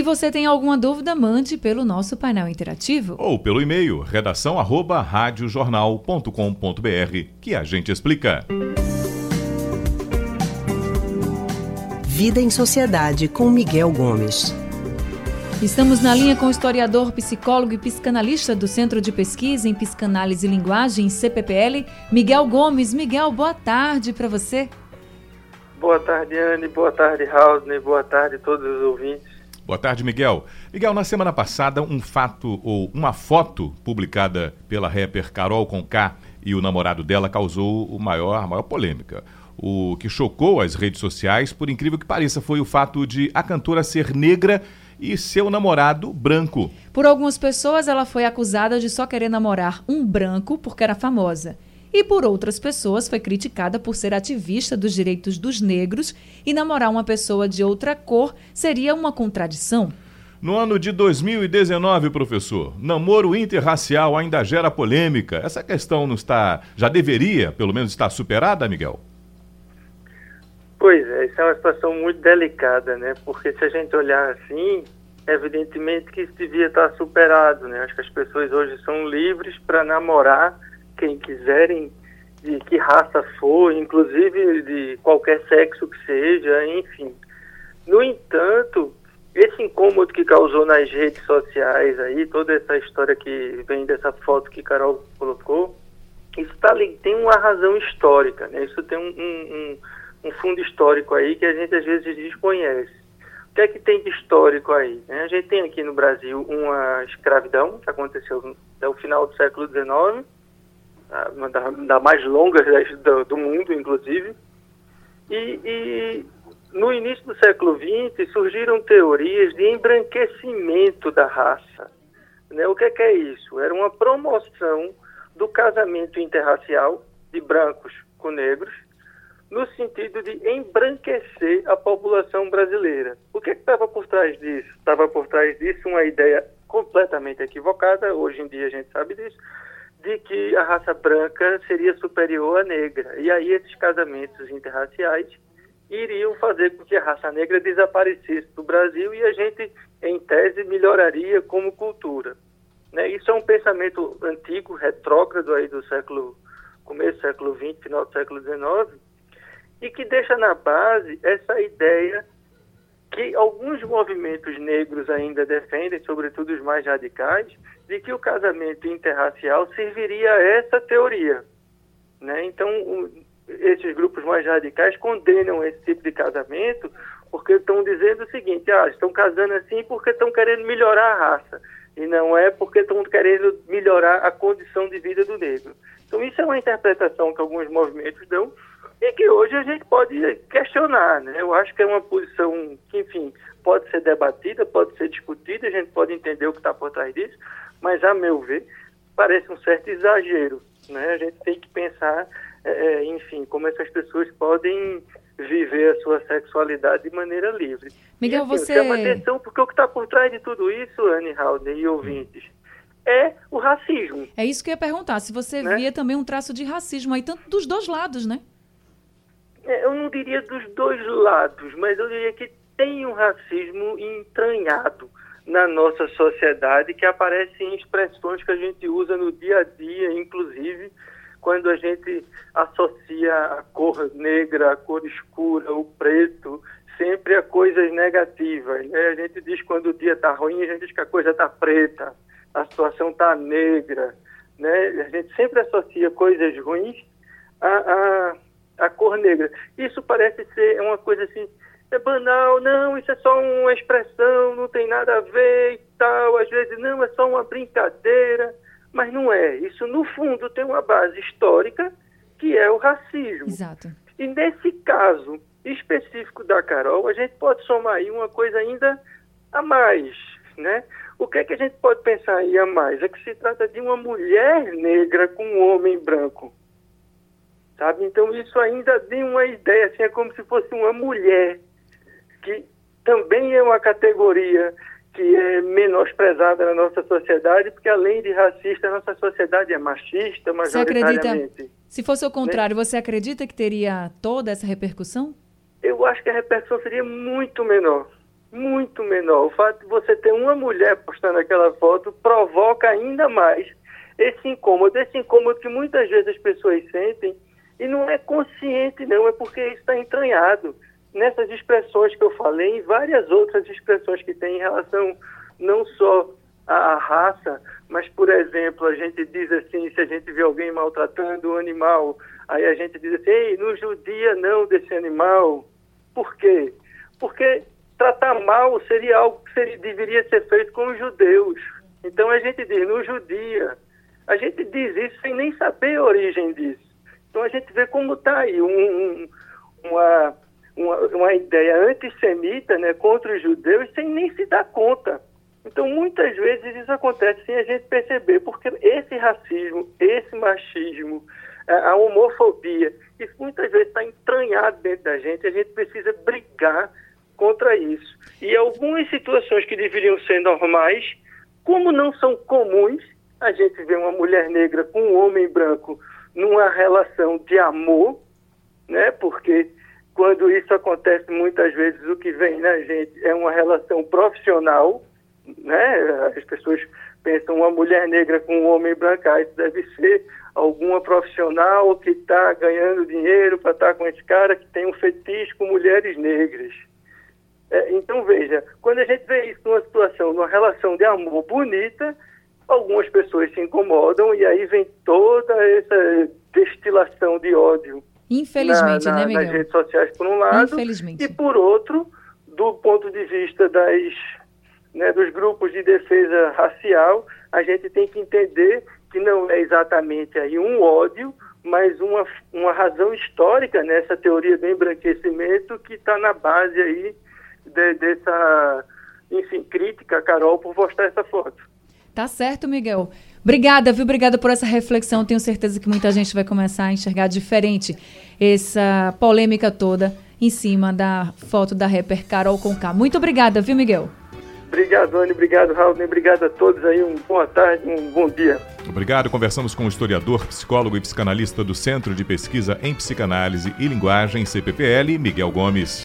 Se você tem alguma dúvida, mande pelo nosso painel interativo. Ou pelo e-mail redação@radiojornal.com.br, que a gente explica. Vida em Sociedade, com Miguel Gomes. Estamos na linha com o historiador, psicólogo e psicanalista do Centro de Pesquisa em Psicanálise e Linguagem, CPPL, Miguel Gomes. Miguel, boa tarde para você. Boa tarde, Anne. Boa tarde, Raudney. Boa tarde a todos os ouvintes. Boa tarde, Miguel. Miguel, na semana passada, um fato ou uma foto publicada pela rapper Carol Conká e o namorado dela causou a maior polêmica. O que chocou as redes sociais, por incrível que pareça, foi o fato de a cantora ser negra e seu namorado branco. Por algumas pessoas, ela foi acusada de só querer namorar um branco porque era famosa. E por outras pessoas, foi criticada por ser ativista dos direitos dos negros e namorar uma pessoa de outra cor seria uma contradição. No ano de 2019, professor, namoro interracial ainda gera polêmica. Essa questão já deveria, pelo menos, estar superada, Miguel? Pois é, isso é uma situação muito delicada, né? Porque se a gente olhar assim, evidentemente que isso devia estar superado, né? Acho que as pessoas hoje são livres para namorar quem quiserem, de que raça for, inclusive de qualquer sexo que seja, enfim. No entanto, esse incômodo que causou nas redes sociais aí, toda essa história que vem dessa foto que Carol colocou, isso tem uma razão histórica, né? Isso tem um fundo histórico aí que a gente às vezes desconhece. O que é que tem de histórico aí? A gente tem aqui no Brasil uma escravidão que aconteceu até o final do século XIX, uma das mais longas do mundo, inclusive, e no início do século XX surgiram teorias de embranquecimento da raça. Né? O que é isso? Era uma promoção do casamento interracial de brancos com negros, no sentido de embranquecer a população brasileira. O que estava por trás disso? Estava por trás disso uma ideia completamente equivocada, hoje em dia a gente sabe disso, de que a raça branca seria superior à negra. E aí esses casamentos interraciais iriam fazer com que a raça negra desaparecesse do Brasil e a gente, em tese, melhoraria como cultura. Né? Isso é um pensamento antigo, retrógrado aí do começo do século XX, final do século XIX, e que deixa na base essa ideia que alguns movimentos negros ainda defendem, sobretudo os mais radicais, de que o casamento interracial serviria a essa teoria. Né? Então, esses grupos mais radicais condenam esse tipo de casamento porque estão dizendo o seguinte, estão casando assim porque estão querendo melhorar a raça, e não é porque estão querendo melhorar a condição de vida do negro. Então, isso é uma interpretação que alguns movimentos dão, e que hoje a gente pode questionar, né? Eu acho que é uma posição que, enfim, pode ser debatida, pode ser discutida, a gente pode entender o que está por trás disso, mas, a meu ver, parece um certo exagero, né? A gente tem que pensar, enfim, como essas pessoas podem viver a sua sexualidade de maneira livre. Miguel, e, assim, você... chama atenção porque o que está por trás de tudo isso, Anne, Raudney e ouvintes, é o racismo. É isso que eu ia perguntar, se você via também um traço de racismo aí, tanto dos dois lados, né? Eu não diria dos dois lados, mas eu diria que tem um racismo entranhado na nossa sociedade que aparece em expressões que a gente usa no dia a dia, inclusive quando a gente associa a cor negra, a cor escura, o preto, sempre a coisas negativas. Né? A gente diz quando o dia está ruim, a gente diz que a coisa está preta, a situação está negra. Né? A gente sempre associa coisas ruins a cor negra. Isso parece ser uma coisa assim, é banal, não, isso é só uma expressão, não tem nada a ver e tal, às vezes não, é só uma brincadeira, mas não é. Isso, no fundo, tem uma base histórica, que é o racismo. Exato. E nesse caso específico da Carol, a gente pode somar aí uma coisa ainda a mais, né? O que é que a gente pode pensar aí a mais? É que se trata de uma mulher negra com um homem branco. Sabe? Então isso ainda tem uma ideia, assim, é como se fosse uma mulher, que também é uma categoria que é menosprezada na nossa sociedade, porque além de racista, a nossa sociedade é machista, majoritariamente. Você acredita, se fosse o contrário, você acredita que teria toda essa repercussão? Eu acho que a repercussão seria muito menor. muito menor. O fato de você ter uma mulher postando aquela foto provoca ainda mais esse incômodo que muitas vezes as pessoas sentem e não é consciente não, é porque isso está entranhado nessas expressões que eu falei e várias outras expressões que tem em relação não só à raça, mas, por exemplo, a gente diz assim, se a gente vê alguém maltratando um animal, aí a gente diz assim, ei, não judia não desse animal. Por quê? Porque tratar mal seria algo que deveria ser feito com os judeus. Então a gente diz, não judia. A gente diz isso sem nem saber a origem disso. Então a gente vê como está aí uma ideia antissemita, né, contra os judeus sem nem se dar conta. Então muitas vezes isso acontece sem a gente perceber, porque esse racismo, esse machismo, a homofobia, isso muitas vezes está entranhado dentro da gente, a gente precisa brigar contra isso. E algumas situações que deveriam ser normais, como não são comuns, a gente vê uma mulher negra com um homem branco numa relação de amor, né? Porque quando isso acontece muitas vezes o que vem na gente é uma relação profissional, né? As pessoas pensam uma mulher negra com um homem branco, isso deve ser alguma profissional que está ganhando dinheiro para estar com esse cara que tem um fetiche com mulheres negras. Então veja, quando a gente vê isso numa situação, numa relação de amor bonita, algumas pessoas se incomodam e aí vem toda essa destilação de ódio. Infelizmente, né, Miguel? Nas redes sociais, por um lado, e por outro, do ponto de vista dos grupos de defesa racial, a gente tem que entender que não é exatamente aí um ódio, mas uma razão histórica nessa teoria do embranquecimento que está na base aí dessa, enfim, crítica a Carol por postar essa foto. Tá certo, Miguel. Obrigada, viu? Obrigada por essa reflexão. Tenho certeza que muita gente vai começar a enxergar diferente essa polêmica toda em cima da foto da rapper Carol Conká. Muito obrigada, viu, Miguel? Obrigado, Anny. Obrigado, Raul. Obrigado a todos aí. Uma boa tarde, um bom dia. Obrigado. Conversamos com o historiador, psicólogo e psicanalista do Centro de Pesquisa em Psicanálise e Linguagem, CPPL, Miguel Gomes.